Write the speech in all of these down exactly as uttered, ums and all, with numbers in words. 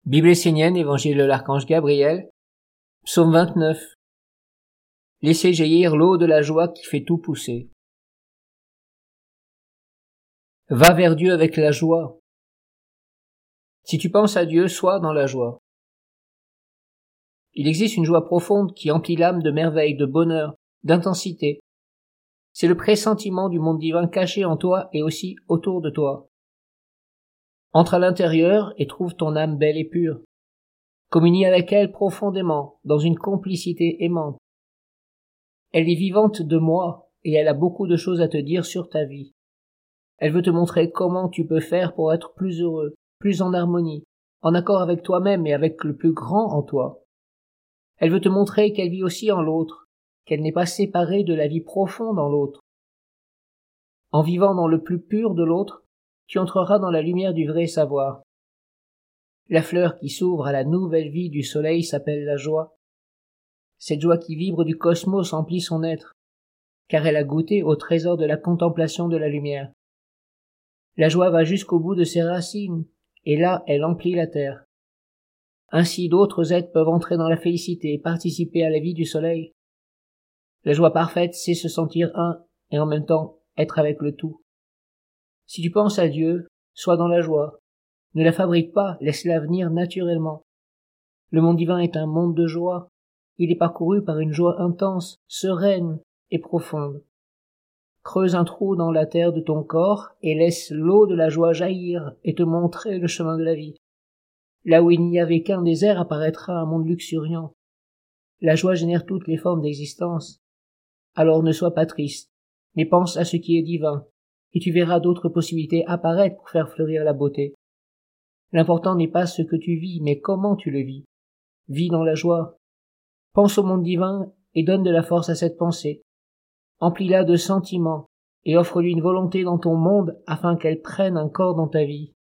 Bible essénienne, Évangile de l'Archange Gabriel, Psaume vingt-neuf. Laissez jaillir l'eau de la joie qui fait tout pousser. Va vers Dieu avec la joie. Si tu penses à Dieu, sois dans la joie. Il existe une joie profonde qui emplit l'âme de merveille, de bonheur, d'intensité. C'est le pressentiment du monde divin caché en toi et aussi autour de toi. Entre à l'intérieur et trouve ton âme belle et pure. Communie avec elle profondément, dans une complicité aimante. Elle est vivante de moi et elle a beaucoup de choses à te dire sur ta vie. Elle veut te montrer comment tu peux faire pour être plus heureux, plus en harmonie, en accord avec toi-même et avec le plus grand en toi. Elle veut te montrer qu'elle vit aussi en l'autre, qu'elle n'est pas séparée de la vie profonde en l'autre. En vivant dans le plus pur de l'autre, tu entreras dans la lumière du vrai savoir. La fleur qui s'ouvre à la nouvelle vie du soleil s'appelle la joie. Cette joie qui vibre du cosmos emplit son être, car elle a goûté au trésor de la contemplation de la lumière. La joie va jusqu'au bout de ses racines, et là elle emplit la terre. Ainsi d'autres êtres peuvent entrer dans la félicité et participer à la vie du soleil. La joie parfaite, c'est se sentir un, et en même temps être avec le tout. Si tu penses à Dieu, sois dans la joie. Ne la fabrique pas, laisse-la venir naturellement. Le monde divin est un monde de joie. Il est parcouru par une joie intense, sereine et profonde. Creuse un trou dans la terre de ton corps et laisse l'eau de la joie jaillir et te montrer le chemin de la vie. Là où il n'y avait qu'un désert apparaîtra un monde luxuriant. La joie génère toutes les formes d'existence. Alors ne sois pas triste, mais pense à ce qui est divin, et tu verras d'autres possibilités apparaître pour faire fleurir la beauté. L'important n'est pas ce que tu vis, mais comment tu le vis. Vis dans la joie. Pense au monde divin et donne de la force à cette pensée. Emplis-la de sentiments et offre-lui une volonté dans ton monde afin qu'elle prenne un corps dans ta vie.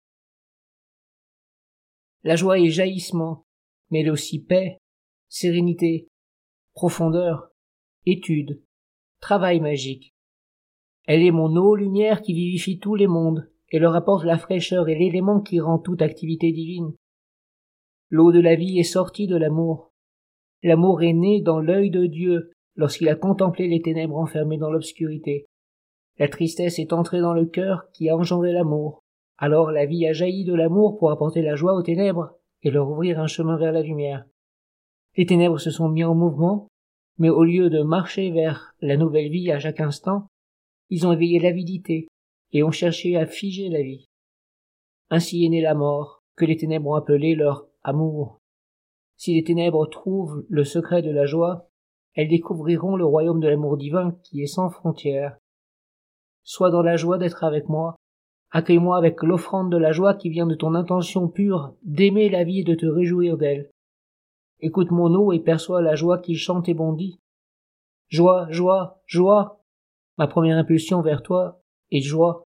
La joie est jaillissement, mais elle est aussi paix, sérénité, profondeur, étude, travail magique. Elle est mon eau lumière qui vivifie tous les mondes et leur apporte la fraîcheur et l'élément qui rend toute activité divine. L'eau de la vie est sortie de l'amour. L'amour est né dans l'œil de Dieu lorsqu'il a contemplé les ténèbres enfermées dans l'obscurité. La tristesse est entrée dans le cœur qui a engendré l'amour. Alors la vie a jailli de l'amour pour apporter la joie aux ténèbres et leur ouvrir un chemin vers la lumière. Les ténèbres se sont mis en mouvement, mais au lieu de marcher vers la nouvelle vie à chaque instant, ils ont éveillé l'avidité et ont cherché à figer la vie. Ainsi est née la mort, que les ténèbres ont appelé leur amour. Si les ténèbres trouvent le secret de la joie, elles découvriront le royaume de l'amour divin qui est sans frontières. Sois dans la joie d'être avec moi. Accueille-moi avec l'offrande de la joie qui vient de ton intention pure d'aimer la vie et de te réjouir d'elle. Écoute mon eau et perçois la joie qui chante et bondit. Joie, joie, joie. Ma première impulsion vers toi est joie.